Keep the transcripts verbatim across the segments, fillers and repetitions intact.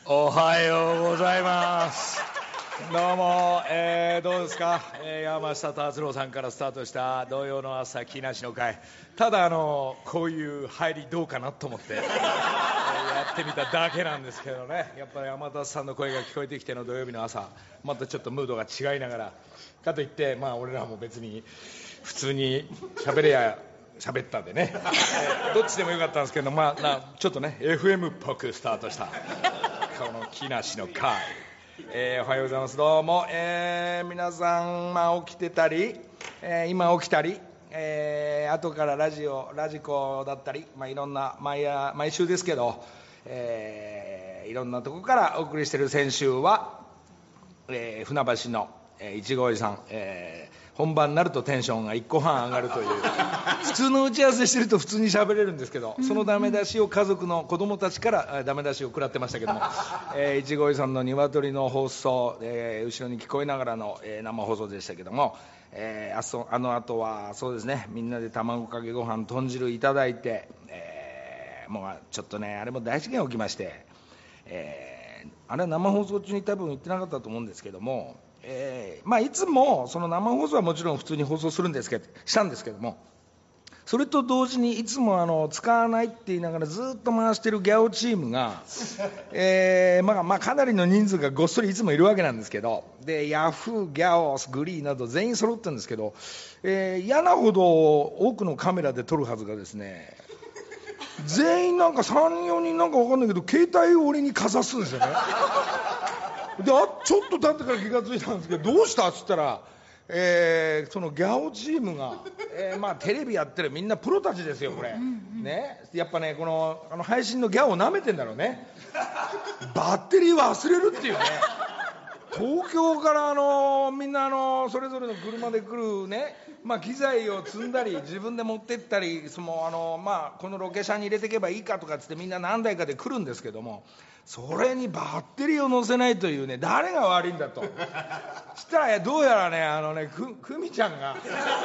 おはようございます。どうも、えー、どうですか、えー、山下達郎さんからスタートした土曜の朝木梨の会。ただあのこういう入りどうかなと思って、えー、やってみただけなんですけどね。やっぱり山田さんの声が聞こえてきての土曜日の朝、またちょっとムードが違いながらかといって、まあ俺らも別に普通に喋れや喋ったんでね、えー、どっちでもよかったんですけど、まあなちょっとね エフエム っぽくスタートしたこの木梨の会、えー、おはようございます。どうも、えー、皆さん、まあ、起きてたり、えー、今起きたり、えー、後からラジオラジコだったり、まあ、いろんな 毎, 毎週ですけど、えー、いろんなとこからお送りしている。先週は、えー、船橋の、えー、いちごおじさん、えー本番になるとテンションがいっこはん上がるという普通の打ち合わせしてると普通に喋れるんですけど、そのダメ出しを家族の子供たちからダメ出しを食らってましたけども、えー、いちごおじさんの鶏の放送、えー、後ろに聞こえながらの、えー、生放送でしたけども、えー、あ, そあの後はそうですね、みんなで卵かけご飯豚汁いただいて、えー、もうちょっとねあれも大事件起きまして、えー、あれは生放送中に多分言ってなかったと思うんですけども、えーまあ、いつもその生放送はもちろん普通に放送するんですけどしたんですけども、それと同時にいつもあの使わないって言いながらずっと回してるギャオチームが、えーまあ、まあかなりの人数がごっそりいつもいるわけなんですけど、でヤフー、ギャオス、グリーなど全員揃ってるんですけど、えー、嫌なほど多くのカメラで撮るはずがですね、全員なんかさん、よにんなんか分かんないけど携帯を俺にかざすんですよね。であちょっと経ってから気がついたんですけど、どうしたっつったら、えー、そのギャオチームが、えーまあ、テレビやってるみんなプロたちですよこれ、うんうん、ね、やっぱねこのあの配信のギャオをなめてんだろうね。バッテリー忘れるっていうね。東京からあのみんなあのそれぞれの車で来るね、まあ、機材を積んだり自分で持ってったり、そのあの、まあ、このロケ車に入れていけばいいかとかっつってみんな何台かで来るんですけども、それにバッテリーを乗せないというね、誰が悪いんだと。したらどうやらねあのねく久美ちゃんが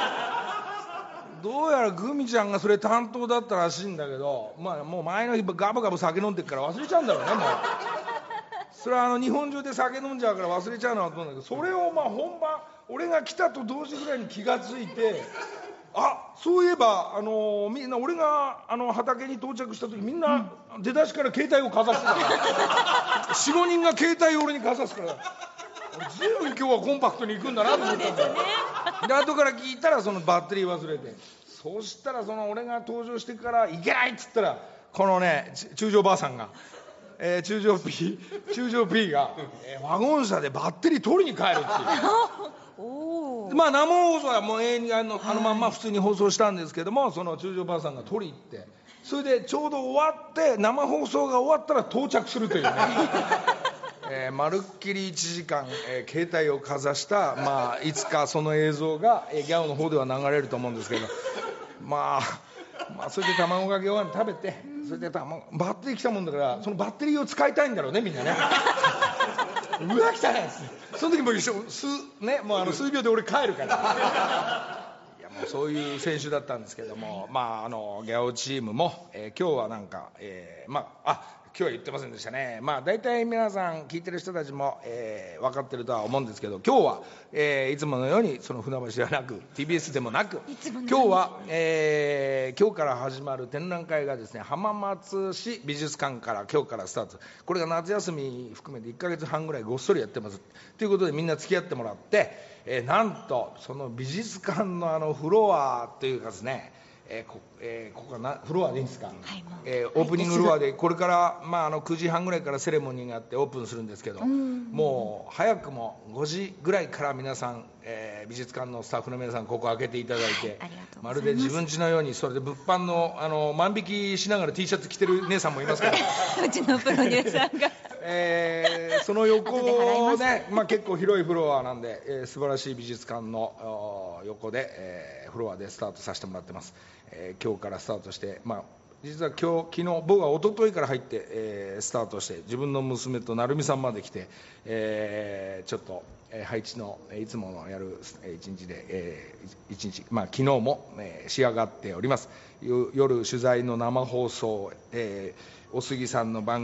どうやら久美ちゃんがそれ担当だったらしいんだけど、まあ、もう前の日ガブガブ酒飲んでっから忘れちゃうんだろうね。もうそれはあの日本中で酒飲んじゃうから忘れちゃうのはと思うんだけど、それをまあ本番俺が来たと同時ぐらいに気がついて、あそういえばあのみんな俺があの畑に到着した時みんな出だしから携帯をかざしてたからよん、ごにんが携帯を俺にかざすから、随分今日はコンパクトに行くんだなと思ったんだよ。で後から聞いたらそのバッテリー忘れて、そしたらその俺が登場してからいけないっつったらこのね中条ばあさんが、えー、中条 P 中条 P が、えー、ワゴン車でバッテリー取りに帰るっていうまあ生放送はもう永遠にあの、あのまんま普通に放送したんですけども、その中条ばあさんが取り行って、それでちょうど終わって生放送が終わったら到着するというねえー、まるっきりいちじかん、えー、携帯をかざした、まあ、いつかその映像が、えー、ギャオの方では流れると思うんですけど、まあ、まあそれで卵かけご飯食べて、それで卵バッテリー来たもんだからそのバッテリーを使いたいんだろうねみんなね。うわ来たねその時も一緒数、ね、もうあの数秒で俺帰るからいやもうそういう選手だったんですけども、まああのギャオチームも、えー、今日はなんか、えー、まああ今日は言ってませんでしたね。まあ大体皆さん聞いてる人たちも、えー、分かってるとは思うんですけど、今日は、えー、いつものようにその船橋ではなく ティービーエス でもなく、今日は、えー、今日から始まる展覧会がですね、浜松市美術館から今日からスタート。これが夏休み含めていっかげつはんぐらいごっそりやってますということで、みんな付き合ってもらって、えー、なんとその美術館のあのフロアというかですね、えー こ, えー、ここはなフロアでいいんですか、はい、えー、オープニングフロアでこれから、まあ、あのくじはんぐらいからセレモニーがあってオープンするんですけど、もう早くもごじぐらいから皆さん、えー、美術館のスタッフの皆さんここ開けていただいて、はい、まるで自分家のように、それで物販 の, あの万引きしながら T シャツ着てる姉さんもいますからうちのプロデューサーがえー、その横ね、まあ、結構広いフロアなんで、えー、素晴らしい美術館の横で、えー、フロアでスタートさせてもらってます。えー、今日からスタートして、まあ、実は今日昨日僕は一昨日から入って、えー、スタートして、自分の娘と成美さんまで来て、えー、ちょっと、えー、配置のいつものやる一日で、えー、一日、まあ、昨日も、えー、仕上がっております。夜取材の生放送、えー、お杉さんの番組、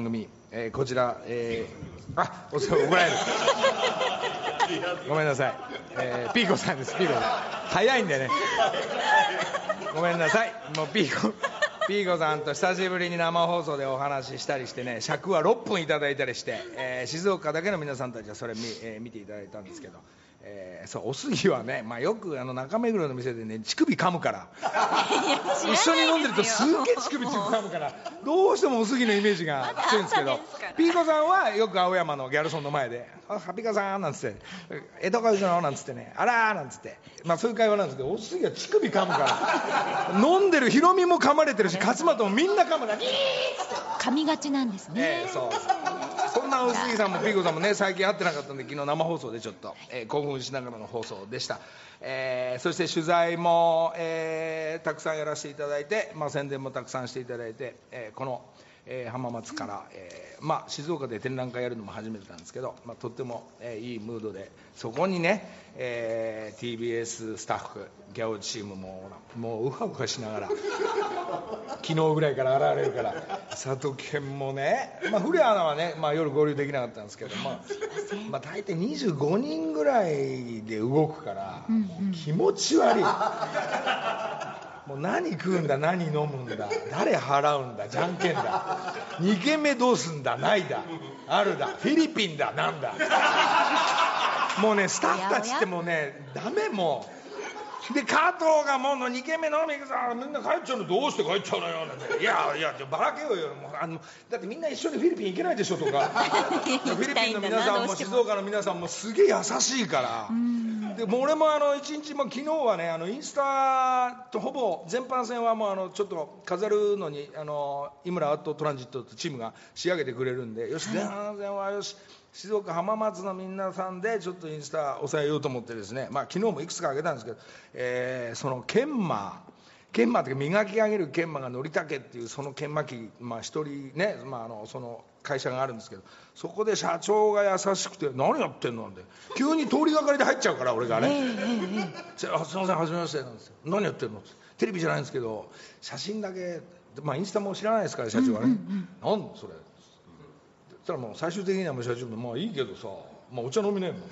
えー、こちら、えー、あお怒られるごめんなさい、えー、ピーコさんです。ピーコさん早いんでね、ごめんなさい。もうピーコピーコさんと久しぶりに生放送でお話ししたりしてね、尺はろっぷんいただいたりして、えー、静岡だけの皆さんたちはそれ 見,、えー、見ていただいたんですけど、えー、そうおすぎはね、まあ、よくあの中目黒の店でね乳首噛むから一緒に飲んでるとすっげえ乳首噛むからどうしてもおすぎのイメージが強いんですけど、ピーコさんはよく青山のギャルソンの前で「あピーコさん」なんつって「えどこ行くの?」なんつってね「あらー」なんつって、まあ、そういう会話なんですけど、おすぎは乳首噛むから飲んでるヒロミも噛まれてるし勝俣もみんな噛むからギーッつって噛みがちなんですね、 えー、そうそんなおすぎさんもピーコさんもね最近会ってなかったんで、昨日生放送でちょっと、えー、興奮しながらの放送でした。えー、そして取材も、えー、たくさんやらせていただいて、まあ、宣伝もたくさんしていただいて、えー、この、えー、浜松から、えーまあ、静岡で展覧会やるのも初めてなんですけど、まあ、とっても、えー、いいムードで、そこにね、えー、ティービーエス スタッフギャオチームももうウハウハしながら昨日ぐらいから現れるから、佐藤健もね、まあ、古谷アナはね、まあ、夜合流できなかったんですけど、まあまあ、大体にじゅうごにんぐらいで動くから、うんうん、気持ち悪いもう何食うんだ何飲むんだ誰払うんだじゃんけんだにけんめどうすんだないだあるだフィリピンだなんだもうねスタッフたちってもうねダメもうで加藤がもうにけんめ飲み行くぞみんな帰っちゃうのどうして帰っちゃうのよなんていやいやばらけようよもうあのだってみんな一緒にフィリピン行けないでしょとかフィリピンの皆さんも静岡の皆さんもすげえ優しいからでもう俺もあの一日も昨日はねあのインスタとほぼ全般戦はもうあのちょっと飾るのにあの井村アットトランジットとチームが仕上げてくれるんでよし前半戦はよし静岡浜松の皆さんでちょっとインスタ抑えようと思ってですね、まあ、昨日もいくつかあげたんですけど、えー、その研磨研磨って磨き上げる研磨がのりたけっていうその研磨機、まあ、一人ね、まあ、あのその会社があるんですけど、そこで社長が優しくて「何やってんの?」なんて急に通りがかりで入っちゃうから俺がね「えーえーえー、あすいませんはじめまして」なんですよ「何やってんの?」ってテレビじゃないんですけど写真だけ、まあ、インスタも知らないですから社長はね「うんうんうん、なんそれ?」そしたらもう最終的にはもう社長も「まあいいけどさ、まあ、お茶飲みねえもん」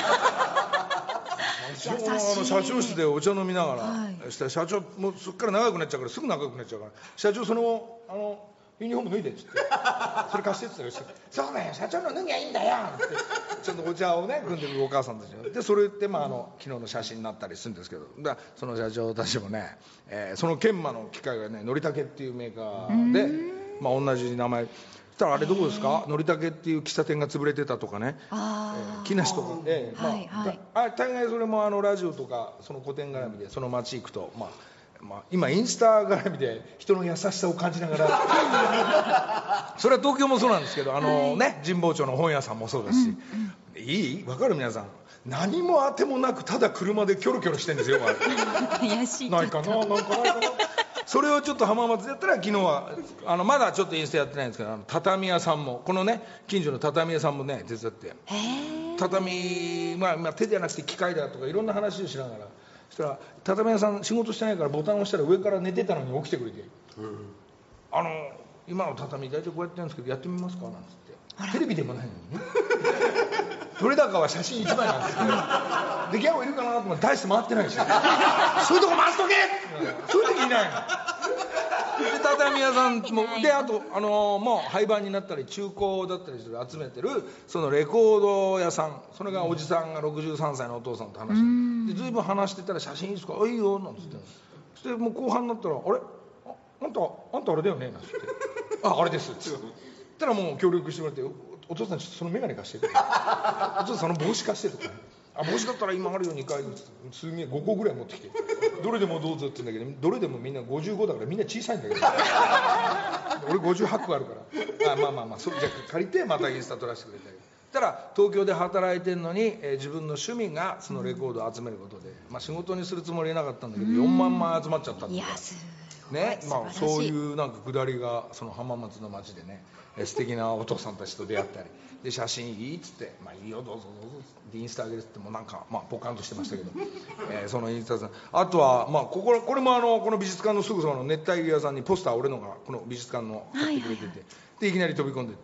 社長あの社長室でお茶飲みながら、はい、したら社長もうそっから長くなっちゃうからすぐ長くなっちゃうから社長そのあのユニフォーム脱いでっつってそれ貸してって言ったら「そうだよ社長の脱ぎゃいいんだよ」ってちょっとお茶をね組んでるお母さんたちでそれってまああの昨日の写真になったりするんですけどだその社長たちもね、えー、その研磨の機械がねのりたけっていうメーカーでまあ同じ名前そしたらあれどこですかのりたけっていう喫茶店が潰れてたとかね木梨とかええまあ、はいはい、あ大概それもあのラジオとかその古典絡みでその街行くとまあまあ、今インスタ絡みで人の優しさを感じながらそれは東京もそうなんですけどあの、ね、神保町の本屋さんもそうだし、うんうん、いい分かる皆さん何もあてもなくただ車でキョロキョロしてるんですよ怪しいないかななんかないかなそれをちょっと浜松でやったら昨日はあのまだちょっとインスタやってないんですけどあの畳屋さんもこのね近所の畳屋さんもね手伝って畳、まあ、まあ手じゃなくて機械だとかいろんな話をしながらそしたら畳屋さん仕事してないからボタンを押したら上から寝てたのに起きてくれて、うん、あの今の畳大体こうやってるんですけどやってみますかなんつってテレビでもないのにねどれだかは写真いちまいなんですけどでギャオいるかなと思って大して回ってないしそういうとこ回しとけそういう時いないので畳屋さんもであと、あのー、もう廃盤になったり中古だったりする集めてるそのレコード屋さんそれがおじさんがろくじゅうさんさいのお父さんと話してで随分話してたら写真いいですかあいいよなんつってそしてもう後半になったらあれ あ, あんたあんたあれだよねなんつってああれですって言ったらもう協力してもらってお父さんちょっとその眼鏡貸してとかお父さんその帽子貸してとかあ帽子だったら今あるよにかいすげえごこぐらい持ってきてどれでもどうぞって言うんだけどどれでもみんなごじゅうごだからみんな小さいんだけど俺ごじゅうはちこあるからあまあまあまあそれじゃ借りてまたインスタ撮らせてくれたりたら東京で働いてるのに、えー、自分の趣味がそのレコードを集めることで、まあ、仕事にするつもりはなかったんだけどよんまんまい集まっちゃったんだからねまあ、そういうなんかくだりがその浜松の街でね素敵なお父さんたちと出会ったりで写真いいっつって「まあいいよどうぞどうぞ」ってインスタ上げるっつってもなんかまあポカンとしてましたけど、えー、そのインスタさんあとはまあこここれもあのこの美術館のすぐそばの熱帯魚屋さんにポスター俺のがこの美術館の買ってくれてて、はいはいはい、でいきなり飛び込んでって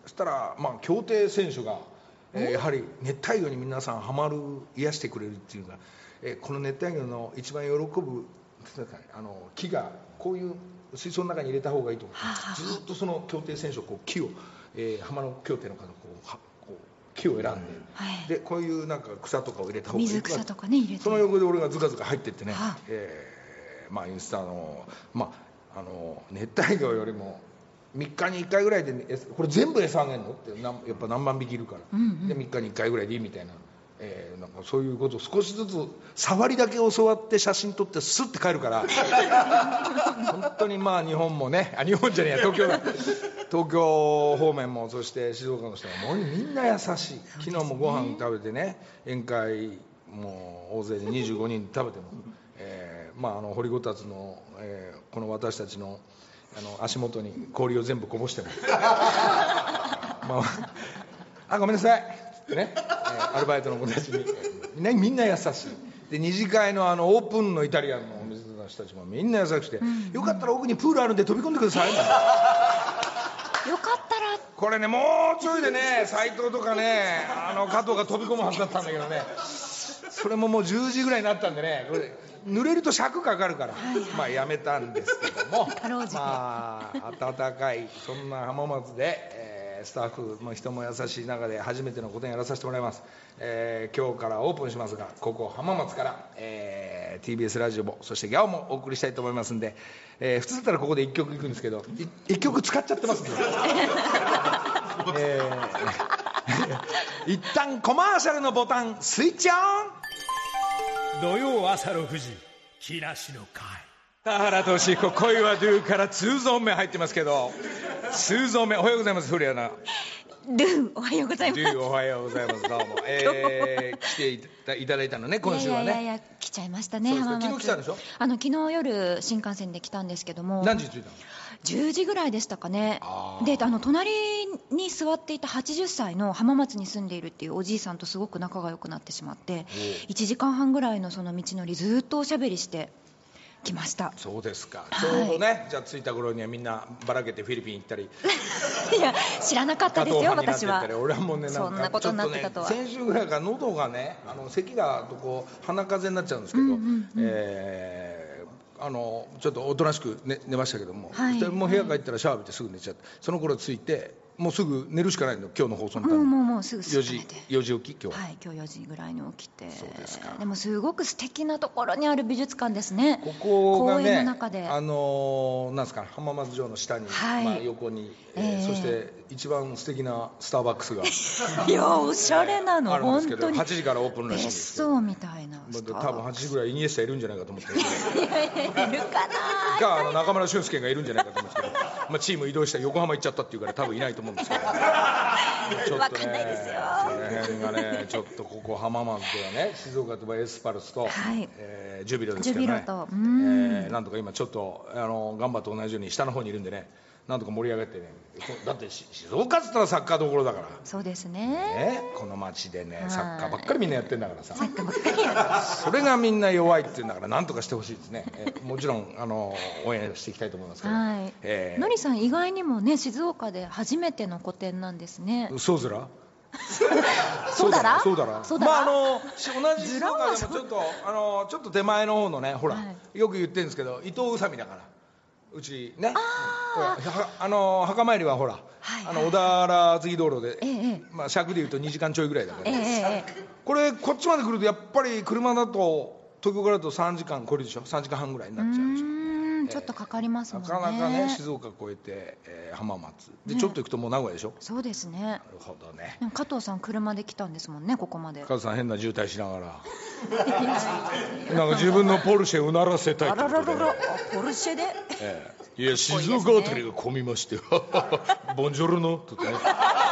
そしたら、まあ、競艇選手が、えー、やはり熱帯魚に皆さんハマる、癒してくれるっていうか、えー、この熱帯魚の一番喜ぶあの木がこういう水槽の中に入れた方がいいと思って、ずっとその競艇選手をこう木を、えー、浜の競艇の方がこうこう木を選んで、はい、でこういうなんか草とかを入れた方がいい、 水草とかね入れて、 その横で俺がずかずか入ってってね、はあ、えー、まあインスタのまああの熱帯魚よりもみっかにいっかいぐらいで、ね、これ全部餌あげるのってやっぱ何万匹いるから、うんうん、でみっかにいっかいぐらいでいいみたいな、えー、なんかそういうことを少しずつ触りだけ教わって写真撮ってスッて帰るから本当にまあ日本もね、あ日本じゃねえや東京だ東京方面もそして静岡の人はもうみんな優しい、昨日もご飯食べてね、宴会もう大勢でにじゅうごにん食べても、えー、まああの掘りごたつの、えー、この私たちのあの足元に氷を全部こぼしてもまあ、あごめんなさいってね、えー、アルバイトの子たちに、ね、みんな優しいで、二次会のあのオープンのイタリアンのお店の人たちもみんな優しくて、うん、よかったら奥にプールあるんで飛び込んでくださいよかったらこれね、もうちょいでね斉藤とかねあの加藤が飛び込むはずだったんだけどね、それももうじゅうじぐらいになったんでね、これ濡れると尺かかるから、はいはい、まあやめたんですけどもまあ暖かいそんな浜松で、えー、スタッフも人も優しい中で初めての個展やらさせてもらいます、えー、今日からオープンしますが、ここ浜松から、えー、ティービーエス ラジオもそしてギャオもお送りしたいと思いますんで、えー、普通だったらここでいっきょくいくんですけどいっきょく使っちゃってますんでえー、一旦コマーシャルのボタンスイッチオン。 土曜朝ろくじ木梨の会、 田原俊彦恋はドゥからにゾーン目入ってますけど、にゾーン目おはようございます。古谷アナドゥおはようございます。 ドゥおはようございます。どうも、えー、来ていただいたのね今週はね。 いやいやいや来ちゃいましたね。 昨日来たんでしょ。 あの昨日夜新幹線で来たんですけども、 何時に着いたの？ じゅうじぐらいでしたかね。であの隣に座っていたはちじゅっさいの浜松に住んでいるっていうおじいさんとすごく仲が良くなってしまって、いちじかんはんぐらいのその道のりずっとおしゃべりして来ました。 そうですか、はい、ちょうどね、じゃあ着いた頃にはみんなばらけてフィリピン行ったりいや知らなかったですよ私は。 俺はもうね、 そんなことになってたとは、 ね、先週ぐらいから喉がねあの咳がとこう鼻風邪になっちゃうんですけど、うんうんうん、えーあのちょっとおとなしく 寝, 寝ましたけども、はい、もう部屋帰ったらシャワー浴びてすぐ寝ちゃって、その頃着いてもうすぐ寝るしかないの今日の放送のために。 もうもうすぐよじよじ起き今日。 はい今日よじぐらいに起きて。 そうですか。 でもすごく素敵なところにある美術館ですね。 ここがね、 公園の中であのなんですか浜松城の下に、はいまあ、横に、えー、そして一番素敵なスターバックスがいやおしゃれなの、 あるんですけど本当にはちじからオープンらしいんですけど、 別荘みたいなスターバックス、 多分はちじぐらいイニエスタいるんじゃないかと思ってるいやいやいるかなかあの中村俊輔がいるんじゃないかと思うんですけど、まあ、チーム移動した横浜行っちゃったっていうから多分いないと思うんですけどちょっとね、分かんないですよ。 その辺がね、ちょっとここ浜松ではね、静岡といえばエスパルスと、はいえー、ジュビロですけどね、 ジュビロと、うん、 えー、なんとか今ちょっとあのガンバと同じように下の方にいるんでね、なんとか盛り上げてね、だって静岡っつったらサッカーどころだから。 そうです ね, ねこの街でねサッカーばっかりみんなやってんだからさ、 サッカーばっかりやるそれがみんな弱いって言うんだからなんとかしてほしいですね、えー、もちろんあの応援していきたいと思いますけど、 はいえー、のりさん意外にもね静岡で初めての個展なんですね。 そうずらそうだらそうだらまああの同じ静岡でもちょっとあのちょっと手前の方のねほら、はい、よく言ってるんですけど伊藤宇佐美だからうちねああの墓参りはほら、はいはい、あの小田原厚木道路で、ええまあ、尺でいうとにじかんちょいぐらいだから、ええ、これこっちまで来るとやっぱり車だと東京からだとさんじかん超えるでしょ、さんじかんはんぐらいになっちゃうんですよ。 ちょっとかかりますもんね。 なかなかね静岡越えて、えー、浜松で、ね、ちょっと行くともう名古屋でしょ。 そうですね。 なるほどね。 加藤さん車で来たんですもんねここまで。 加藤さん変な渋滞しながらなんか自分のポルシェうならせたいってことで、ね、 あららららポルシェで、 えー、いや静岡あたりが混みましてボンジョルノとかね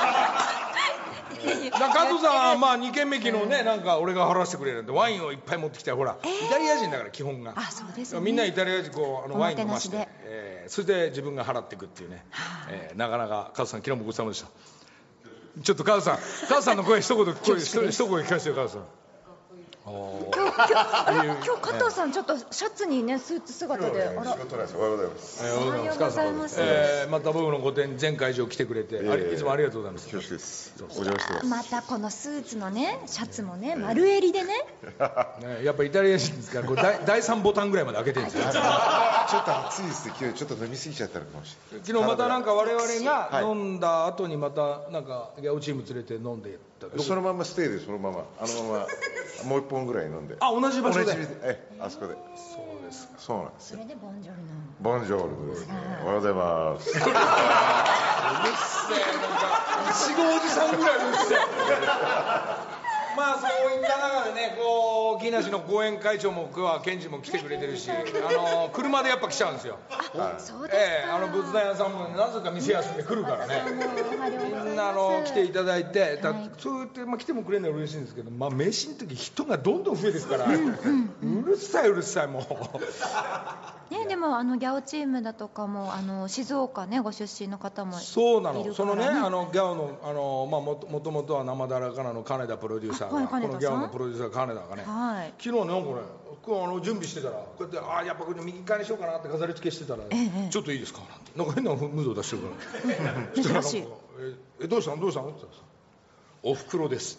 加藤さんはまあに軒目昨日ねなんか俺が払わせてくれるんでワインをいっぱい持ってきてほら、えー、イタリア人だから基本があそうですね、 みんなイタリア人こうあのワイン飲まして、えー、それで自分が払っていくっていうね、えー、なかなか加藤さん昨日もごちそうさまでした。ちょっと加藤さん加藤さんの声一言声一声聞かせてよ加藤さん。 今日今日今日加藤さんちょっとシャツにねスーツ姿で、あら、 仕事なんです。おはようございます。 おはようございます。 えー、また僕の個展全会場来てくれて、あれいつもありがとうございます。 恐縮です。お邪魔してます。 またこのスーツのねシャツもね丸襟でね。 ね、やっぱイタリア人ですからこれだいだいさんボタンぐらいまで開けてるんですよ。 ちょっと暑いですね。今日ちょっと飲み過ぎちゃったのかもしれない。 昨日またなんか我々が飲んだ後にまたなんかギャオチーム連れて飲んでた。 そのままステイでそのままあのままもう一本ぐらい飲んで。 あ、同じ場所で。 え、あそこで。 そうですか。 そうなんですよ。 それでボンジョルノ。 ボンジョルですね。おはようございます。うるせえ、なんかいちごおじさんぐらいうるせえ。まあそういった中でね、こう木梨の後援会長も今日は検事も来てくれてるし、あの車でやっぱ来ちゃうんですよ。 あ、そうですか。 ええ、あの仏壇屋さんもなぜか店休んで来るからね。みんなあの来ていただいて、だそうやってまあ来てもくれるのは嬉しいんですけど、まあ飯の時人がどんどん増えていくから、うるさいうるさいもう。 ね、でもあのギャオチームだとかもあの静岡ねご出身の方もいるから、ね、 そうなの。そのね、あのギャオのあのまあもともともとは生だらからの金田プロデューサーが、このギャオのプロデューサー金田がね、はい、昨日ねなんかねこうあの準備してたらこうやってあやっぱこれ右側にしようかなって飾り付けしてたら、ええ、ちょっといいですかなんてなんか変なムード出してるから。珍しい。えどうしたのどうしたのって言ったらおふくろです。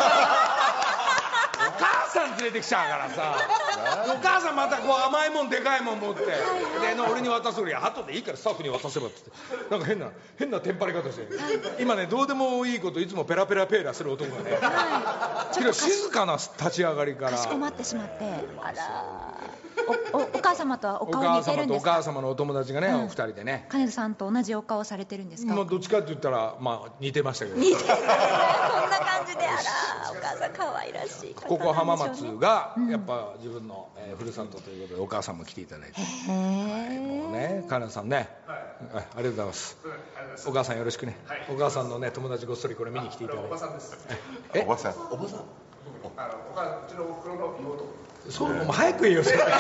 お母さん連れてきちゃうからさ、お母さんまたこう甘いもんでかいもん持って、で俺に渡すより後でいいからスタッフに渡せばって言って、なんか変な変なテンパり方して、今ねどうでもいいこといつもペラペラペーラする男がね、はい、静かな立ち上がりからかしこまってしまって、あらお, お, お母様とはお顔似てるんですか。 お母様とお母様のお友達がね、うん、お二人でね金田さんと同じお顔されてるんですか。 まあ、どっちかって言ったら、まあ、似てましたけど。 似てるこんな感じで、あらお母さん可愛らしい、ね、 ここ浜松がやっぱ自分の、えー、ふるさとということでお母さんも来ていただいて、はい、もうね金田さんね、はいはい、ありがとうございます、はい、お母さんよろしくね、はい、お母さんのね友達ごっそりこれ見に来ていただいて。おばさんです。えおばさんおばさんあのおかうちのおふくろの妹。 そう、もう早く言えよそれ。そんなに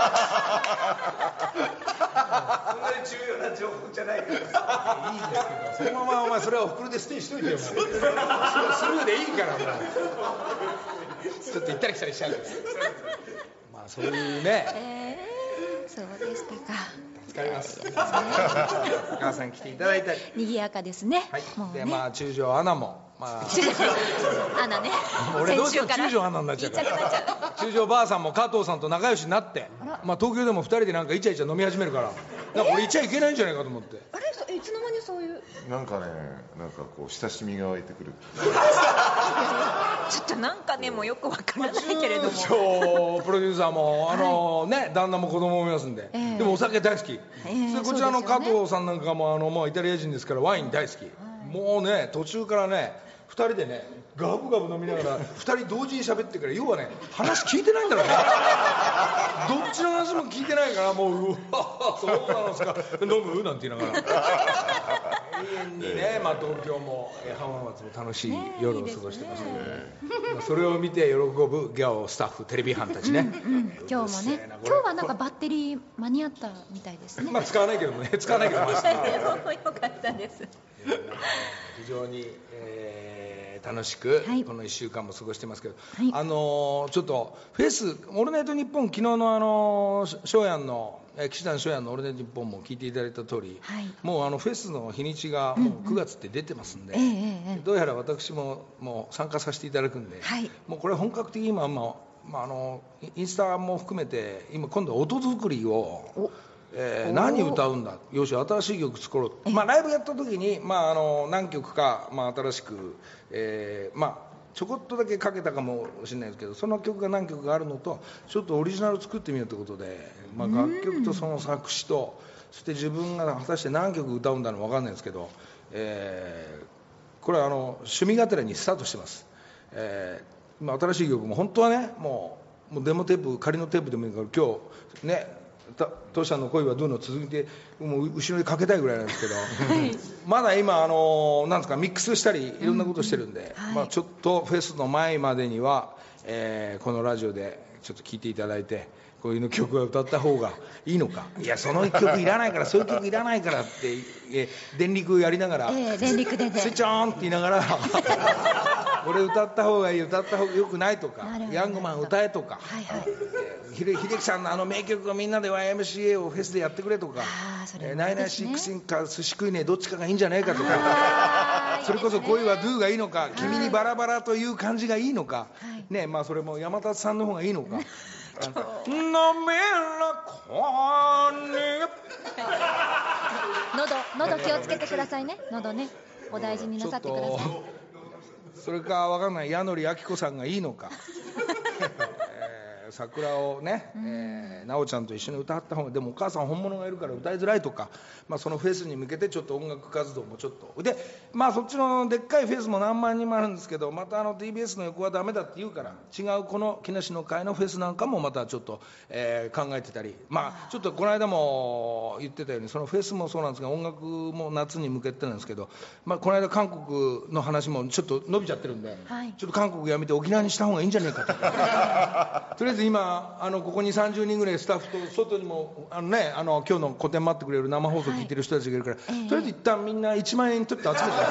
重要な情報じゃないから。いいですけど、そのままお前それはおふくろでステイしといてよ。スルーでいいからもう。ちょっと行ったり来たりしちゃう。まあそういうね。 えー、そうでしたか。 助かります。お母さん来ていただいたり。 賑やかですね。 はい。 もうねでまあ中条アナも。まあ、 アナね。 俺どうしても中条アナになっちゃうから。中条ばあさんも加藤さんと仲良しになって、まあ東京でもふたりでなんかイチャイチャ飲み始めるから、なんか俺いちゃいけないんじゃないかと思って。 あれいつの間にそういう。 なんかね、なんかこう親しみが湧いてくる。 ちょっとなんかねもうよくわからないけれども。 中条プロデューサーもあのね旦那も子供もいますんで、えー、でもお酒大好き。えー、それこちらの加藤さんなんかもあのもうイタリア人ですからワイン大好き。もうね途中からね。ふたりでねガブガブ飲みながらふたり同時に喋ってから要はね話聞いてないんだろうね。どっちの話も聞いてないからもううわそうなんですか飲むなんて言いながら永遠にね、まあ、東京も浜松も楽しい夜を過ごしてますので、ね、それを見て喜ぶギャオスタッフテレビ班たちね、 うんうん、今日もね今日はなんかバッテリー間に合ったみたいですね。 まあ使わないけどもね使わないけどもよかったです。 非常に、えー、楽しく、はい、このいっしゅうかんも過ごしてますけど、はい、あのー、ちょっとフェス「オールナイトニッポン」昨日のあの翔やんの岸田翔やんの「オールナイトニッポン」も聞いていただいた通り、はい、もうあのフェスの日にちがもうくがつって出てますんで、うんうんえー、どうやら私ももう参加させていただくんで、はい、もうこれ本格的に今、まあまあ、あのインスタも含めて今今度は音作りをえー、何歌うんだよし新しい曲作ろう、まあ、ライブやった時に、まあ、あの何曲か、まあ、新しく、えーまあ、ちょこっとだけかけたかもしれないですけどその曲が何曲かあるのとちょっとオリジナル作ってみようということで、まあ、楽曲とその作詞とそして自分が果たして何曲歌うんだのか分かんないんですけど、えー、これはあの趣味がてらにスタートしてます、えーまあ、新しい曲も本当はねもう、もうデモテープ仮のテープでもいいから今日ね当社の恋はどうの続いてもう後ろにかけたいぐらいなんですけど、はい、まだ今あのなんですかミックスしたりいろんなことしてるんで、うんはいまあ、ちょっとフェスの前までには、えー、このラジオでちょっと聴いていただいてこういうの曲を歌った方がいいのかいやその曲いらないからそういう曲いらないからって、えー、電力やりながら、 えー、電力でねスイッチオンって言いながらこれ歌った方がいい、歌った方がよくないとか、ヤングマン歌えとか、 はいはい、 秀樹さんのあの名曲をみんなで ワイエムシーエー をフェスでやってくれとか、ナイナイシックスか寿司食いねえどっちかがいいんじゃないかとか、それこそ恋はドゥがいいのか、君にバラバラという感じがいいのか、ね、まあそれも山立さんの方がいいのか。飲めらこに喉喉気をつけてくださいね。喉ね、お大事になさってください。 それかわかんない矢野明子さんがいいのか、えー、桜をね、えー、奈緒ちゃんと一緒に歌った方が、でもお母さん本物がいるから歌いづらいとか、まあ、そのフェスに向けてちょっと音楽活動もちょっとで、まあそっちのでっかいフェスも何万人もあるんですけど、またあの ティービーエス の横はダメだって言うから、違うこの木梨の会のフェスなんかもまたちょっと、えー、考えてたり、まあちょっとこの間も言ってたように、そのフェスもそうなんですが、音楽も夏に向けてなんですけど、まあこの間韓国の話もちょっと伸びちゃってるんで、はい、ちょっと韓国やめて沖縄にした方がいいんじゃないかととりあえず今あのここにさんじゅうにんぐらいスタッフと外にもあの、ね、あの今日の個展待ってくれる生放送聞いてる人たちがいるから、はい、とりあえず一旦みんないちまんえん取って集めて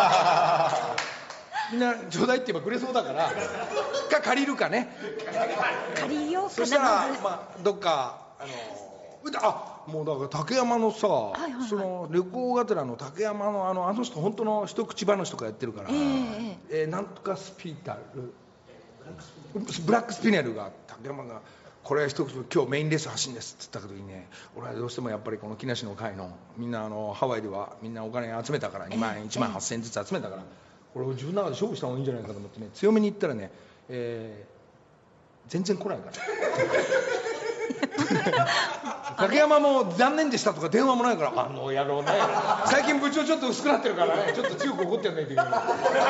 みんなちょうだいって言えばくれそうだからか借りるかね、 借りようかな。 そしたら、まあ、どっかあのあもうだから竹山のさ、はいはいはい、その旅行がてらの竹山のあのあの人本当の一口話とかやってるから、えーえー、なんとかスピータルブラックスピネルが竹山がこれは一口今日メインレース走るんですって言った時にね、俺はどうしてもやっぱりこの木梨の会のみんなあのハワイではみんなお金集めたからにまんえんいちまんはっせんえんずつ集めたからこれを自分の中で勝負した方がいいんじゃないかと思ってね、強めに言ったらね、えー、全然来ないから竹山も残念でしたとか電話もないから、あの野郎ね、最近部長ちょっと薄くなってるからね、ちょっと強く怒ってやんないといけない。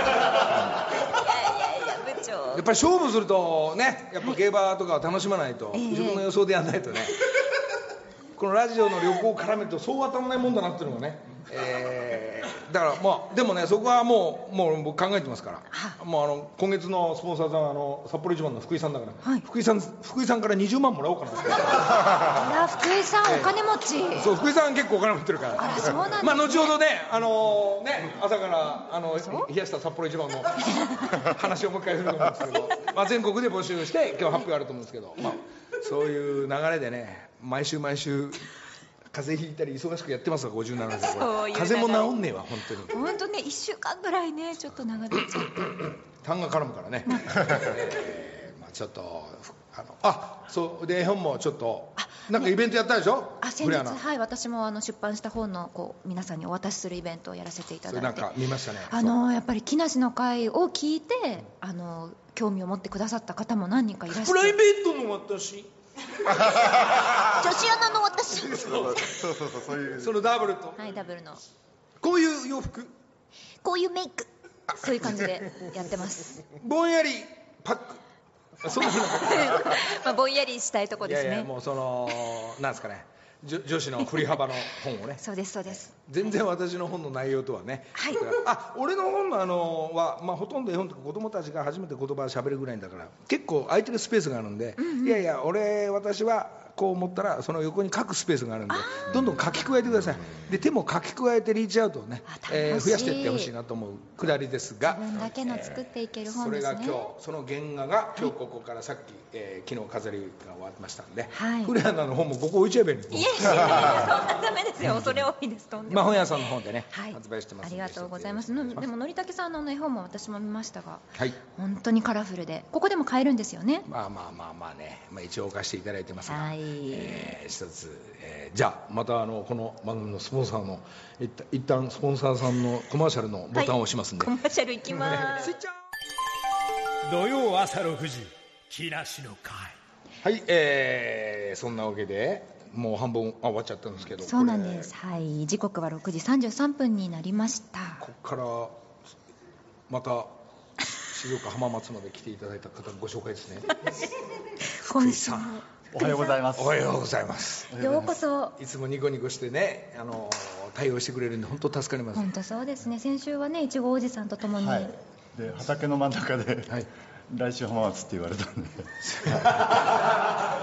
やっぱり勝負するとね、やっぱ競馬とかを楽しまないと、自分の予想でやんないとね、このラジオの旅行を絡めるとそう当たらないもんだなっていうのがね、えー、だからまあでもね、そこはもうもう僕考えてますから、もうあの今月のスポンサーさんはあの札幌一番の福井さんだから、はい、福井さん福井さんからにじゅうまんもらおうかなって。 あら福井さん、えー、お金持ち。 そう福井さん結構お金持ってるから。 あらそうなんですね。 まあ後ほどね、あのね朝からあの冷やした札幌一番の話をもう一回すると思うんですけど、まあ全国で募集して今日発表あると思うんですけど、まあそういう流れでね、毎週毎週風邪ひいたり忙しくやってますわ、ごじゅうななさい。風邪も治んねえわ本当に。 本当ね、いっしゅうかんぐらいねちょっと長引いちゃって痰が絡むからね、えーまあ、ちょっとあのあそうで絵本もちょっとなんかイベントやったでしょ。 あ先日はい、私もあの出版した本のこう皆さんにお渡しするイベントをやらせていただいて、 なんか見ましたね。 あのやっぱり木梨の会を聞いてあの興味を持ってくださった方も何人かいらっしゃって、 プライベートの私女子アナの私そうそうそうそういうそのダブルと、 はいダブルのこういう洋服、 こういうメイク、そういう感じでやってますぼんやりパックそういうのまあぼんやりしたいとこですね。 いやいやもうそのなんですかね、女子の振り幅の本をねそうですそうです。 全然私の本の内容とはね、はい、あ俺の本のあのは、まあ、ほとんど絵本とか子供たちが初めて言葉をしゃべるぐらいだから結構空いてるスペースがあるんで、うんうん、いやいや俺私はこう思ったらその横に書くスペースがあるんでどんどん書き加えてください。で手も書き加えてリーチアウトをね、えー、増やしていってほしいなと思うくだりですが、 自分だけの作っていける本ですね、 えー、それが今日その原画が今日ここからさっき、えー、昨日飾りが終わりましたんで、はい、古谷の本もここ置いちゃえばいいんです。 いやいやいやそんなダメですよ、恐れ多いです。とんでもまあ本屋さんの本でね、 はい、 発売してます。 ありがとうございます。のでものりたけさんの絵本も私も見ましたが、 はい、 本当にカラフルでここでも買えるんですよね。 まあまあまあまあね、まあ、一応置かせていただいてますが、 はい、 えー、一つ、えー、じゃあまたあのこの番組のスポンサーの一旦スポンサーさんのコマーシャルのボタンを押しますんで、 はい、コマーシャルいきますスイッチャー土曜朝ろくじ木梨の会。 はい、えー、そんなわけでもう半分あ終わっちゃったんですけど、 そうなんです、はい、時刻はろくじさんじゅうさんぷんになりました。 ここからまた静岡浜松まで来ていただいた方ご紹介ですね福井さんおはようございます。 おはようございます。 ようこそ。 いつもニコニコしてね、あの対応してくれるんで本当助かります。 本当そうですね。先週はねいちごおじさんとともに、はい、 で畑の真ん中で、はい、来週浜松って言われたんであ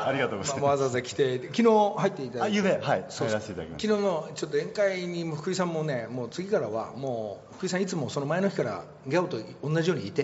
ありがとうございます。 わざわざ来て昨日入っていただいて、 あ、ゆうべ、はい、 そう入らせていただきまし昨日のちょっと宴会に福井さんもね、もう次からはもう福井さんいつもその前の日からギャオと同じようにいて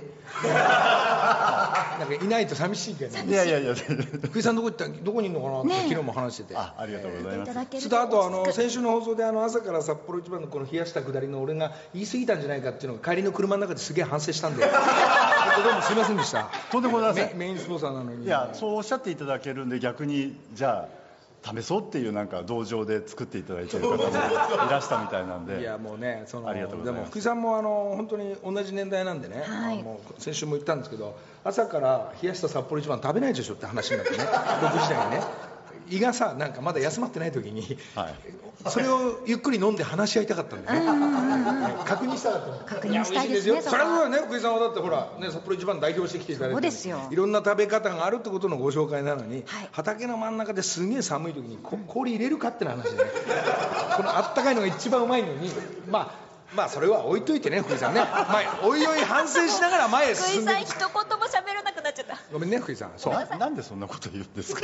なんかいないと寂しいけど、ね、 た。いやいやいや、 福井さんどこ行ったどこにいるのかなって、 ね、 昨日も話してて、 あ、ありがとうございます。 ちょっとあとあの先週の放送であの朝から札幌一番のこの冷やした下りの俺が言い過ぎたんじゃないかっていうのが帰りの車の中ですげえ反省したんでどうもすいませんでした。 とんでもございません。 メインスポンサーなのに。 いや、そうおっしゃっていただけるんで、逆にじゃあ試そうっていうなんか道場で作っていただいている方もいらしたみたいなんで、 いやもうね、そのありがとうございます。 でも福井さんもあの本当に同じ年代なんでね、はい、もう先週も言ったんですけど、朝から冷やした札幌一番食べないでしょって話になってね、ろくじ台にね、胃がさなんかまだ休まってない時に、はい、それをゆっくり飲んで話し合いたかったんだよね。確認したかったの。 確認したいですね。 それはね、福井さんはだってほらね、札幌一番代表してきていただいて、 そうですよ、 いろんな食べ方があるってことのご紹介なのに、はい、畑の真ん中ですげえ寒い時に氷入れるかっての話でねこのあったかいのが一番うまいのに、まあまあそれは置いといてね、福井さんね、前おいおい反省しながら前へ進んで、 福井さん一言も喋らなくなっちゃった。 ごめんね福井さん。そうな, なんでそんなこと言うんですか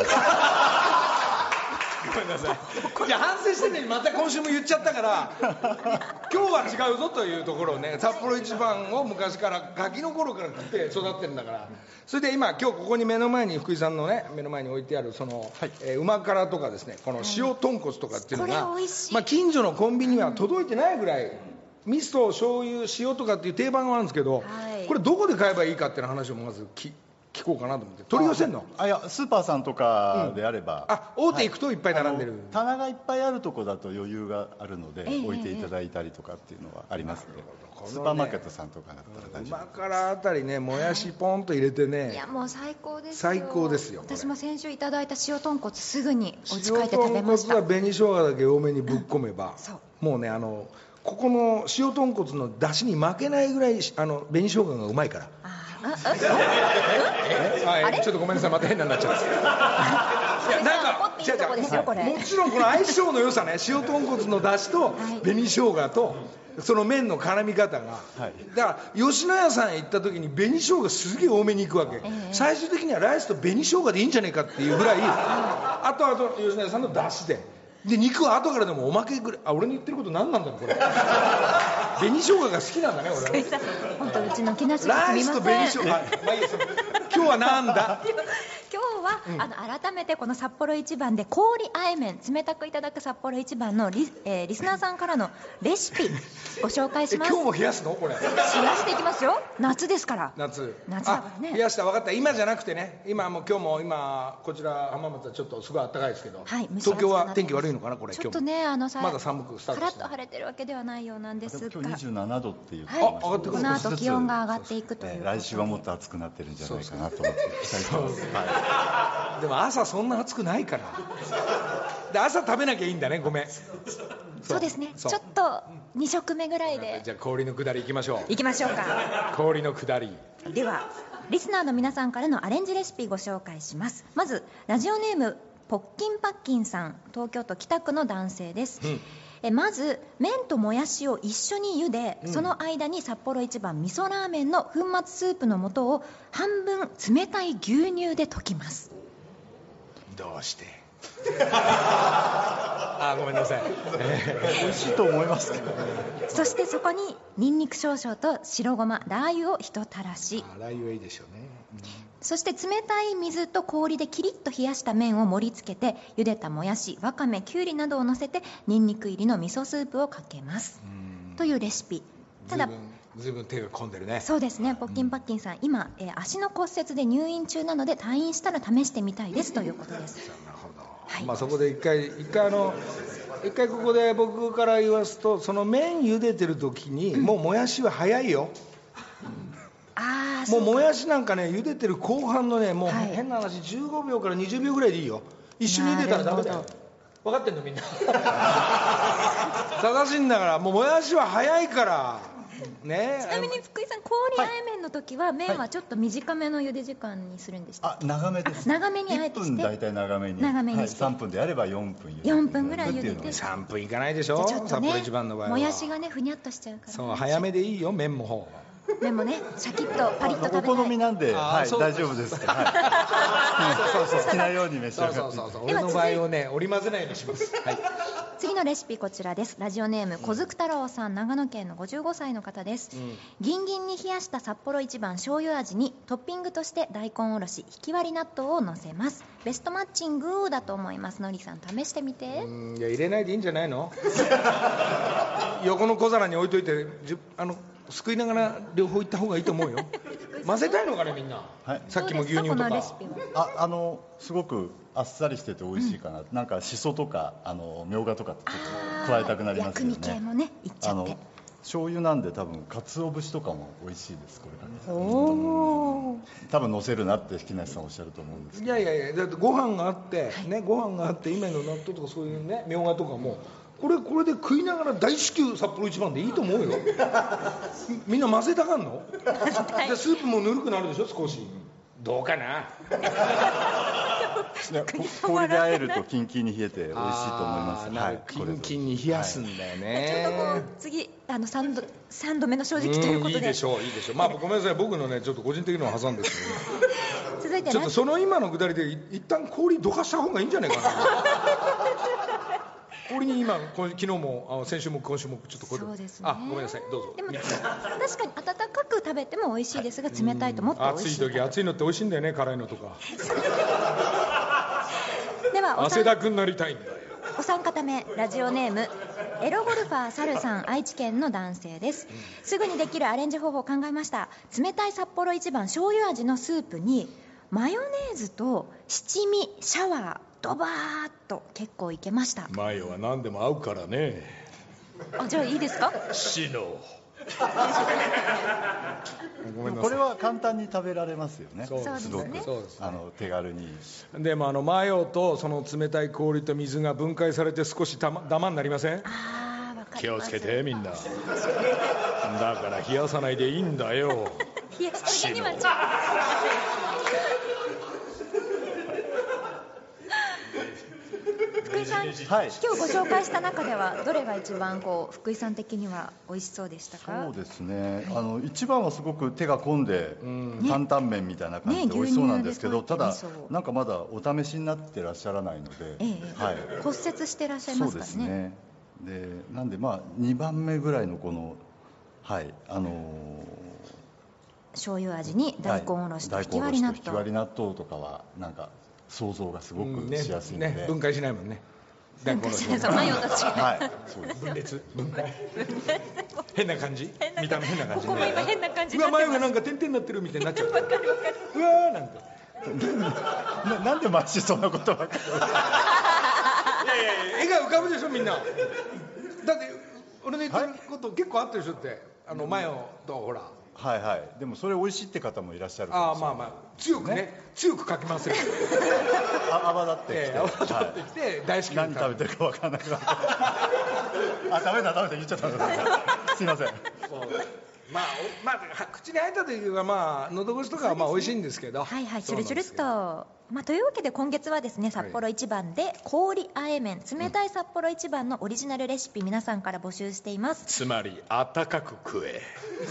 ごめんなさい。いや反省してるのにまた今週も言っちゃったから今日は違うぞというところをね、札幌一番を昔からガキの頃から食って育ってるんだから、それで今今日ここに目の前に福井さんのね目の前に置いてあるその、はい、えー、旨辛とかですね、この塩豚骨とかっていうのが、まあ、近所のコンビニには届いてないぐらい、味噌醤油塩とかっていう定番があるんですけど、はい、これどこで買えばいいかっていう話をまず聞聞こうかなと思って。取り寄せんの？ あ、いや、スーパーさんとかであれば、 うん、あ、大手行くといっぱい並んでる、はい、 棚がいっぱいあるとこだと余裕があるので、えー、置いていただいたりとかっていうのはありますので、えー、スーパーマーケットさんとかだったら大丈夫。 旨辛あたりね、もやしポンと入れてね、 いやもう最高ですよ。 最高ですよ。 私も先週いただいた塩豚骨すぐにお家帰って食べました。 塩豚骨は紅生姜だけ多めにぶっ込めば、うん、もうね、あのここの塩豚骨の出汁に負けないぐらいあの紅生姜がうまいから。ああれちょっとごめんなさい、また変なになっちゃったいやなんか違う違う、もちろんこの相性の良さね、塩豚骨の出汁と紅生姜とその麺の絡み方が、はい、だから吉野家さんへ行った時に紅生姜すげえ多めにいくわけ、えー、最終的にはライスと紅生姜でいいんじゃねえかっていうぐらいあとあと吉野家さんの出汁でで肉は後からでもおまけぐらい、あ、俺の言ってること何なんだろうこれ紅生姜が好きなんだね俺。 本当うちの木梨がすみません。ライスと紅生姜、まあいいです。今日はなんだ今日は、うん、あの改めてこの札幌一番で氷あえ麺冷たくいただく札幌一番の リ,、えー、リスナーさんからのレシピご紹介します。 今日も冷やすのこれ？冷やしていきますよ。夏ですから。 夏夏だからね。 冷やした、分かった。今じゃなくてね、今もう今日も今こちら浜松はちょっとすごい暖かいですけど、はい、東京は天気悪いのかなこれ。 ちょっとね、あのさまだ寒くスタートしてカラッと晴れてるわけではないようなんですが、 今日にじゅうななどっていう、 はい、あ、上がってくる。この後気温が上がっていくという、 えー、来週はもっと暑くなってるんじゃないかなと思って期待してます。 はい、でも朝そんな暑くないからで朝食べなきゃいいんだね。ごめん。 そうですね、ちょっとに食目ぐらいで。 じゃあ氷の下りいきましょう。 いきましょうか。 氷の下りではリスナーの皆さんからのアレンジレシピご紹介します。まずラジオネームポッキンパッキンさん、東京都北区の男性です、うん、えまず麺ともやしを一緒に茹で、うん、その間に札幌一番味噌ラーメンの粉末スープの素を半分冷たい牛乳で溶きます。 どうしてあ、ごめんなさい、 えー、美味しいと思いますけど、 そしてそこにニンニク少々と白ごまラー油を一たらし、 あ、ラー油はいいでしょうね、うん、 そして冷たい水と氷でキリッと冷やした麺を盛り付けて茹でたもやし、わかめ、きゅうりなどを乗せてニンニク入りの味噌スープをかけます、うん、というレシピ。ただずいぶん手が込んでるね。 そうですね、ポッキンパッキンさん、うん、今、えー、足の骨折で入院中なので退院したら試してみたいですということです。 なるほど、はい、まあ、そこで一回一回あの一回ここで僕から言わすと、その麺茹でてる時に、うん、もうもやしは早いよ、うん、あもうもやしなんかね茹でてる後半のねもう変な話、はい、じゅうごびょうからにじゅうびょうぐらいでいいよ。一緒に茹でたらダメだよ。分かってんのみんな正しいんだから。もうもやしは早いからね。 ちなみに福井さん、氷あえ麺の時は麺はちょっと短めの茹で時間にするんでしたっけ？ あ、長めです。 長めにあえてしていっぷん大体長めに長めにして、 はい、さんぷんであればよんぷん茹でよんぷんぐらい茹でて、 さんぷんいかないでしょ、札幌一番の場合は。 もやしがねふにゃっとしちゃうから、ね、 そう早めでいいよ。麺も方でもねシャキッとパリッと食べたい。 お好みなんで、はい、 そう大丈夫です。はい、好きなように召し上がって。 そうそうそう俺の場合をね織り交ぜないようにします。はい。 次のレシピこちらです。ラジオネーム小づく太郎さん、長野県のごじゅうごさいの方です、うん、ギンギンに冷やした札幌一番醤油味にトッピングとして大根おろしひき割り納豆をのせます。ベストマッチングだと思います。のりさん試してみて。 うんいや入れないでいいんじゃないの横の小皿に置いといてじあのすくいながら両方いった方がいいと思うよ混ぜたいのかねみんな、はい、さっきも牛乳とか。 ああのすごくあっさりしてて美味しいかな、うん、なんかしそとかあのみょうがとかちょっと加えたくなりますよね。 薬味系もねいっちゃって。 醤油なんで多分鰹節とかも美味しいですこれからね。 お多分乗せるなって木梨さんおっしゃると思うんですけど。 いやいやいやだってご飯があって、はい、ねご飯があって今の納豆とかそういうねみょうがとかもこれこれで食いながら大至急札幌一番でいいと思うよみんな混ぜたがんのでスープもぬるくなるでしょ少し。どうかな氷で和えるとキンキンに冷えて美味しいと思います。 はい、キンキンに冷やすんだよね、 はい、ちょっとこう次あの 3, 度さんどめの正直ということで。 いいでしょういいでしょう。まあごめんなさい僕のねちょっと個人的なのを挟んでですけど続いてちょっとその今のくだりで一旦氷どかした方がいいんじゃないかな氷に今昨日も先週も今週もちょっとこれそうですね。 あごめんなさいどうぞ。 でも確かに温かく食べても美味しいですが冷たいともっと美味しい。 暑い時暑いのって美味しいんだよね辛いのとかでは汗だくになりたいんだよ。 お三方目ラジオネームエロゴルファーサルさん、愛知県の男性です、うん、すぐにできるアレンジ方法を考えました。冷たい札幌一番醤油味のスープにマヨネーズと七味シャワードバーッと結構いけました。 マヨは何でも合うからね。 あじゃあいいですか。 シノごめんなさい。これは簡単に食べられますよね。 そうですね。 そうですね。 あの手軽に。 でもあのマヨとその冷たい氷と水が分解されて少しダマ、ダマになりません？ ああわかります。 気をつけてみんな。だから冷やさないでいいんだよ。 冷やしには福井さん、はい、今日ご紹介した中ではどれが一番こう福井さん的には美味しそうでしたか？ そうですね、あの一番はすごく手が込んで、うん、担々麺みたいな感じで美味しそうなんですけど、ねね、ただなんかまだお試しになってらっしゃらないので、 ええはい、骨折してらっしゃいますからね。そうですね。 でなんでまあにばんめぐらいのこのはいあのー、 醤油味に大根おろしとひき割り納豆、 ひき割り納豆とかはなんか想像がすごくしやすいので、うんねね、 分解しないもんね。 分解しない、マヨと違う、 はい、そうです。 分裂分解変な感じ、見た目変な感じ、 ここも今変な感じになってます。うわマヨがなんか点々になってるみたいになっちゃう。 分かる分かる。 うわーなんてな, なんで毎週そんなことばっかり。いやいやいや絵が浮かぶでしょみんな。だって俺の言ってること結構あってるでしょって、あのマヨとほら。 はいはい。でもそれ美味しいって方もいらっしゃるかもしれない。 ああまあまあ強くね、ね強くかき回せる。 泡立ってきて、 えー、泡立ってきて、はい、大好き。 何食べてるか分からなくなって。あ食べた食べた言っちゃった。すいません。そうまあまあ口に入った時はまあ喉越しとかはまあ美味しいんですけど。 はいはいチュルチュルっと。まあ、というわけで今月はですね札幌一番で氷あえ麺冷たい札幌一番のオリジナルレシピ皆さんから募集しています。 つまりあったかく食え。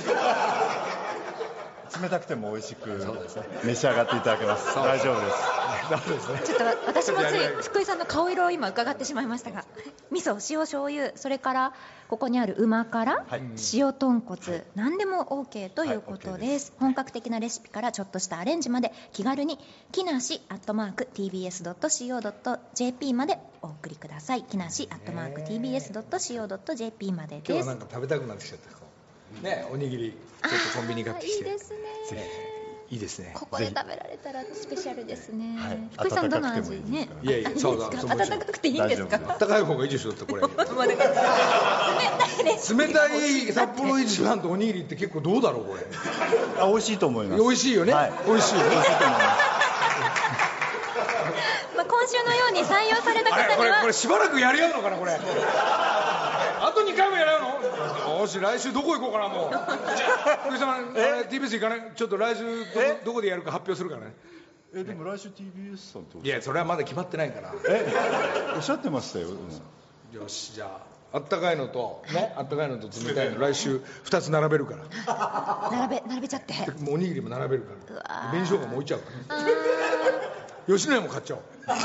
冷たくても美味しく召し上がっていただけます。大丈夫です。 そうですね。 ちょっと私もつい福井さんの顔色を今伺ってしまいましたが、味噌塩醤油それからここにある旨辛、はい、塩豚骨、はい、何でも OK ということです、はい、です。本格的なレシピからちょっとしたアレンジまで気軽に木梨アットマーク ティービーエスドットシーオードットジェーピー までお送りください。木梨アットマーク ティービーエスドットシーオードットジェーピー までです。 今日はなんか食べたくなってきちゃった。ね、おにぎりちょっとコンビニ買ってきて。 いいですね。 いいですね。 ここで食べられたらスペシャルですね。はい、福井さんどの味ね。 いやいや、そうだ。 温かくていいんですか。 温かい方がいいでしょってこれ。冷たい札幌一番とおにぎりって結構どうだろうこれ。 あ、美味しいと思います。 美味しいよね。はい、美味しいよね。 まあ今週のように採用された方には。 これこれしばらくやり合うのかなこれ。あとにかいもやるの？よし来週どこ行こうかなもう。福井さん ティービーエス 行かない？ちょっと来週どどこでやるか発表するからね。 えでも来週 ティービーエス さんって。 いやそれはまだ決まってないから。 えおっしゃってましたよ。 よしじゃああったかいのとね、あったかいのと冷たいの来週ふたつ並べるから並べ並べちゃっておにぎりも並べるから紅生姜も置いちゃうから吉野家も買っちゃおう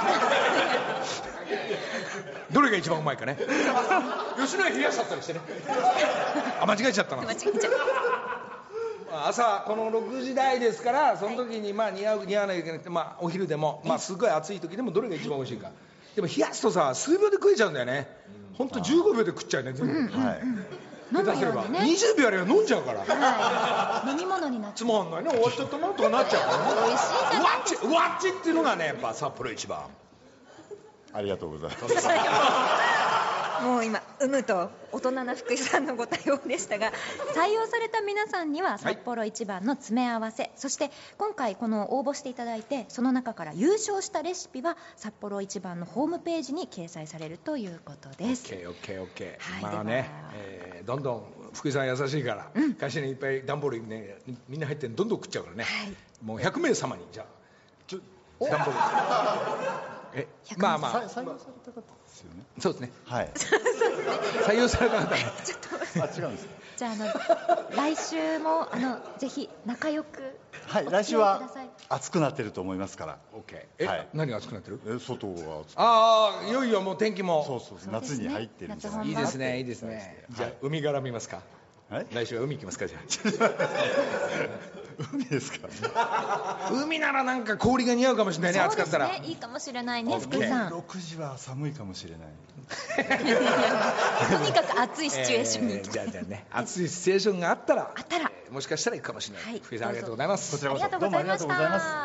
どれが一番うまいかね吉野家冷やしちゃったりしてねあ間違えちゃったな間違えちゃった朝このろくじ台ですからその時にまあ似合う似合わないといけなくて、まあ、お昼でも、まあ、すごい暑い時でもどれが一番美味しいかでも冷やすとさ数秒で食えちゃうんだよねほんとじゅうごびょうで食っちゃうね全部、うんうんうん、はい下手すれば、ね、にじゅうびょうあれば飲んじゃうから、 はい、飲み物になっちゃうつまんないね終わっちゃったなとかなっちゃうからね美味しいじゃないですかうわっちっていうのがねやっぱ札幌一番ありがとうございますもう今有無と大人な福井さんのご対応でしたが採用された皆さんには札幌一番の詰め合わせ、はい、そして今回この応募していただいてその中から優勝したレシピは札幌一番のホームページに掲載されるということです。 オッケーオッケーオッケーまあね、えー、どんどん福井さん優しいから、うん、会社にいっぱい段ボールにねみんな入ってどんどん食っちゃうからね、はい、もうひゃくめい様にじゃあちょ段ボールえまあまあ採用された方ですよね。 そうですねはい採用された方ねちょっとあ違うんですか。 じゃああの来週もあのぜひ仲良くはい来週は暑くなってると思いますから。 OK え、はい、何が暑くなってるえ外が暑くああいよいよもう天気もそうそうそう夏に入ってるんじゃないいいですねいいですね、はい、じゃあ海から見ますか、はい、来週は海行きますかじゃあ海ですか海ならなんか氷が似合うかもしれないね暑かったらいいかもしれないね福井さんろくじは寒いかもしれないとにかく暑いシチュエーションに行きたい、 えー、じゃあじゃあね暑いシチュエーションがあったらあったら、 えー、もしかしたら行くかもしれない、はい、福井さんありがとうございますこちらこそどうもありがとうございました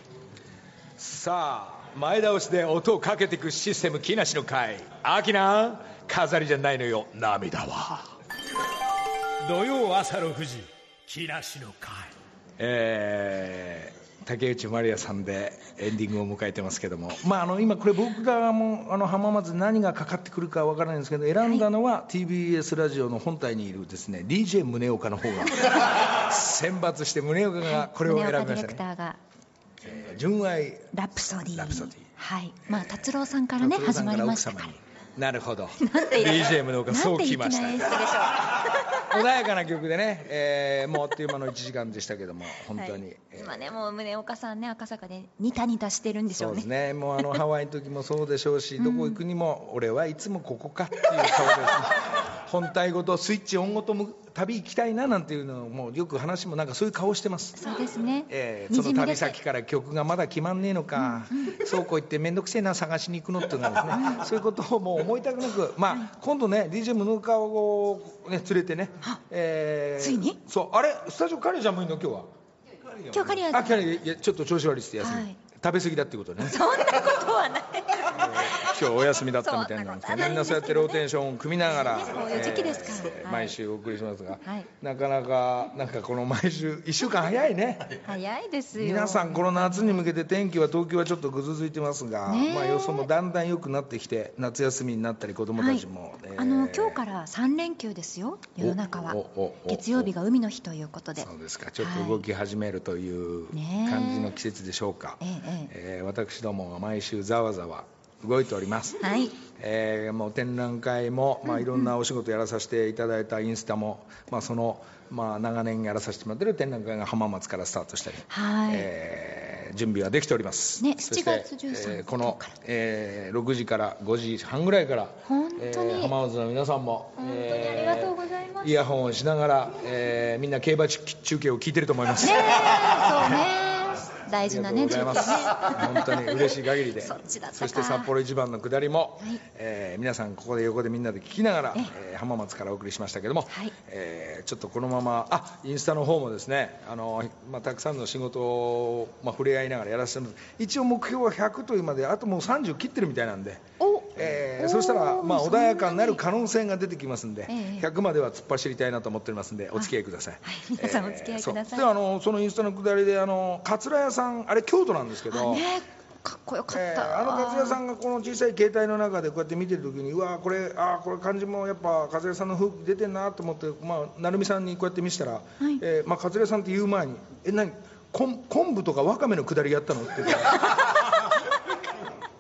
さあ前倒しで音をかけていくシステム木梨の会アキナ飾りじゃないのよ涙は土曜朝のくじ木梨の会えー、竹内まりやさんでエンディングを迎えてますけども、まあ、あの今これ僕がもあの浜松で何がかかってくるかわからないんですけど選んだのは ティービーエス ラジオの本体にいるですね ディージェー 宗岡の方が選抜して宗岡がこれを選びましたね、はい、宗岡ディレクターが、えー、純愛ラプソディラプソディはいまあ達郎さんからね始まりましたからなるほど ディージェー 宗岡そうきましたね穏やかな曲でね、えー、もうあっという間のいちじかんでしたけども本当に、はいえー、今ねもう宗岡さんね赤坂でニタニタしてるんでしょうね。 そうですねもうあのハワイの時もそうでしょうし、うん、どこ行くにも俺はいつもここかっていう顔ですね本体ごとスイッチオンごと旅行きたいななんていうのをもうよく話もなんかそういう顔してます。 そうですね、 えー、その旅先から曲がまだ決まんねえのか、うんうん、そうこう言って面倒くせえな探しに行くのっていうのはですねそういうことをもう思いたくなくまあ今度ね ディージェー 宗岡を、ね、連れてね、 えー、ついにそうあれスタジオカリアちゃんもいるの今日は今日カリアあカリアいやちょっと調子悪いっすって休み、はい、食べ過ぎだってことねそんなことはない今日お休みだったみたいなんですけどみんなそうやってローテーションを組みながらそういう時期ですから、 えー、毎週お送りしますが、はい、なかなかなんかこの毎週いっしゅうかん早いね早いですよ皆さんこの夏に向けて天気は東京はちょっとぐずついてますが、まあ、予想もだんだん良くなってきて夏休みになったり子どもたちも、はいえー、 あの今日からさんれんきゅうですよ世の中は月曜日が海の日ということでそうですかちょっと動き始めるという感じの季節でしょうか、はいえええー、私どもは毎週ざわざわ動いております、はいえー、もう展覧会も、まあ、いろんなお仕事やらさせていただいたインスタも、まあ、その、まあ、長年やらさせてもらっている展覧会が浜松からスタートしたり、はいえー、準備はできております、 ね、しちがつじゅうさんにち、 えー、この、えー、ろくじからごじはんぐらいから本当に、 えー、浜松の皆さんも本当にありがとうございます、 えー、イヤホンをしながら、えー、みんな競馬中継を聞いてると思いますねそうね大事なね中継ね本当に嬉しい限りでそっちだったかそして札幌一番の下りも、はいえー、皆さんここで横でみんなで聞きながら、えー、浜松からお送りしましたけども、はいえー、ちょっとこのままあインスタの方もですねあの、まあ、たくさんの仕事を、まあ、触れ合いながらやらせてもらって一応目標はひゃくというまであともうさんじゅう切ってるみたいなんでおえー、そうしたら、まあ、穏やかになる可能性が出てきますんで、ええ、ひゃくまでは突っ走りたいなと思っておりますんでお付き合いください、はい、 皆さんお付き合いください、 えー、であのそのインスタの下りであの桂屋さんあれ京都なんですけど、 ね、かっこよかった、えー、あの桂屋さんがこの小さい携帯の中でこうやって見てる時にうわこれあこれ感じもやっぱ桂屋さんの風景出てんなと思って、まあ、成美さんにこうやって見せたら、はいえーまあ、桂屋さんって言う前にえ何昆布とかわかめの下りやったのって言って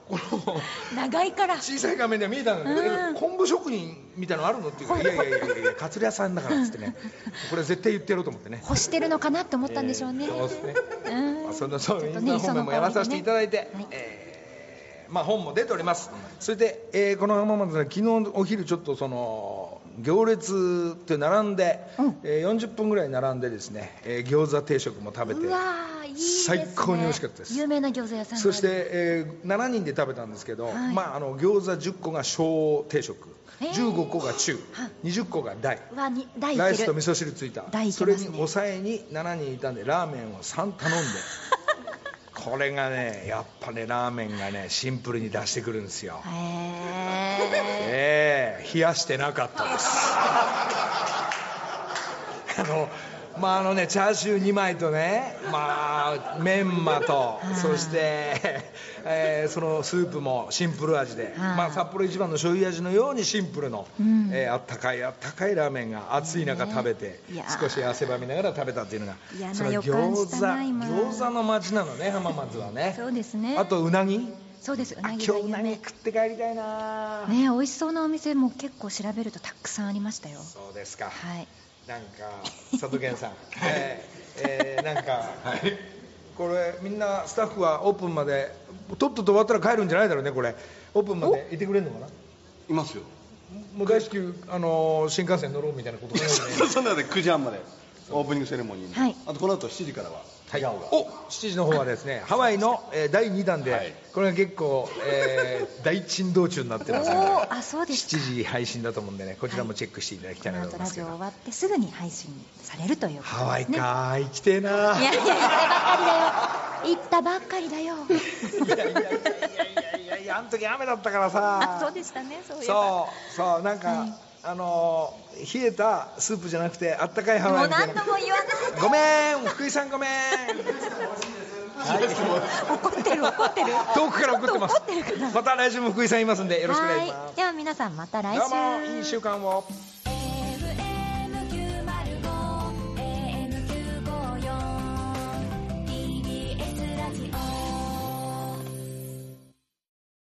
この長いから小さい画面では見えたんだけど、うん、昆布職人みたいなのあるのっていうか、いやいやいやいやカツレ屋さんだからっつってね、これ絶対言ってやろうと思ってね、 欲してるのかなって思ったんでしょうね。 えー、そうですね、 うん、 まあ、そんなそういうインスタ方面もやらさせていただいて、ね、はい、えーまあ、本も出ております。それで、えー、この浜松で昨日お昼ちょっとその行列って並んで、うん、えー、よんじゅっぷんぐらい並んでですね、えー、餃子定食も食べて、 うわー、いいですね、 最高に美味しかったです。 有名な餃子屋さんがある。 そして、えー、しちにんで食べたんですけど、はい、まあ、あの餃子じゅっこが小定食、じゅうごこが中、にじゅっこが大、 大ライスと味噌汁ついた、 ね、 それに抑えにしちにんいたんでラーメンをさん頼んでこれがね、やっぱね、ラーメンがねシンプルに出してくるんですよ。へえー、冷やしてなかったですあのまああのね、チャーシューにまいとね、まあ、メンマと、そして、えー、そのスープもシンプル味で、まあ、札幌一番の醤油味のようにシンプルの、うん、えー、あったかいあったかいラーメンが暑い中食べて、ね、少し汗ばみながら食べたっていうのが、その餃子餃子の街なのね、浜松はね。 そうですね。 あとうなぎ、 そうです、うなぎが有名。今日うなぎ食って帰りたいなね。美味しそうなお店も結構調べるとたくさんありましたよ。 そうですか。 はい。 なんか佐藤健さん、えーえー、なんか、はい、これみんなスタッフはオープンまでとっとと終わったら帰るんじゃないだろうね。これオープンまでいてくれるのかな。 いますよ。 もう大至急、あのー、新幹線乗ろうみたいなことねそんなのでくじはんまでオープニングセレモニーに、はい、あとこの後しちじからははい、おしちじの方はですね、ハワイの、えー、だいにだんで、はい、これが結構、えー、大珍道中になってますので、 あ、そうですか。 しちじ配信だと思うんでね、こちらもチェックしていただきたいなと思いますけど、 この後ラジオ終わってすぐに配信されるということですね。 ハワイかー、行きてえなー。 いやいや、行ったばっかりだよ。行ったばっかりだよ。 いやいやいやいやいやいや、あの時雨だったからさ。 あ、そうでしたね。そういえば。 そうそう、なんか、はい、あのー、冷えたスープじゃなくてあったかいハワイみたいな。 もう何度も言わない。 ごめん、福井さんごめん。 はい、怒ってる怒ってる。 遠くから怒ってます。また来週も福井さんいますんでよろしくお願いします。 では皆さんまた来週。 どうもいい週間を。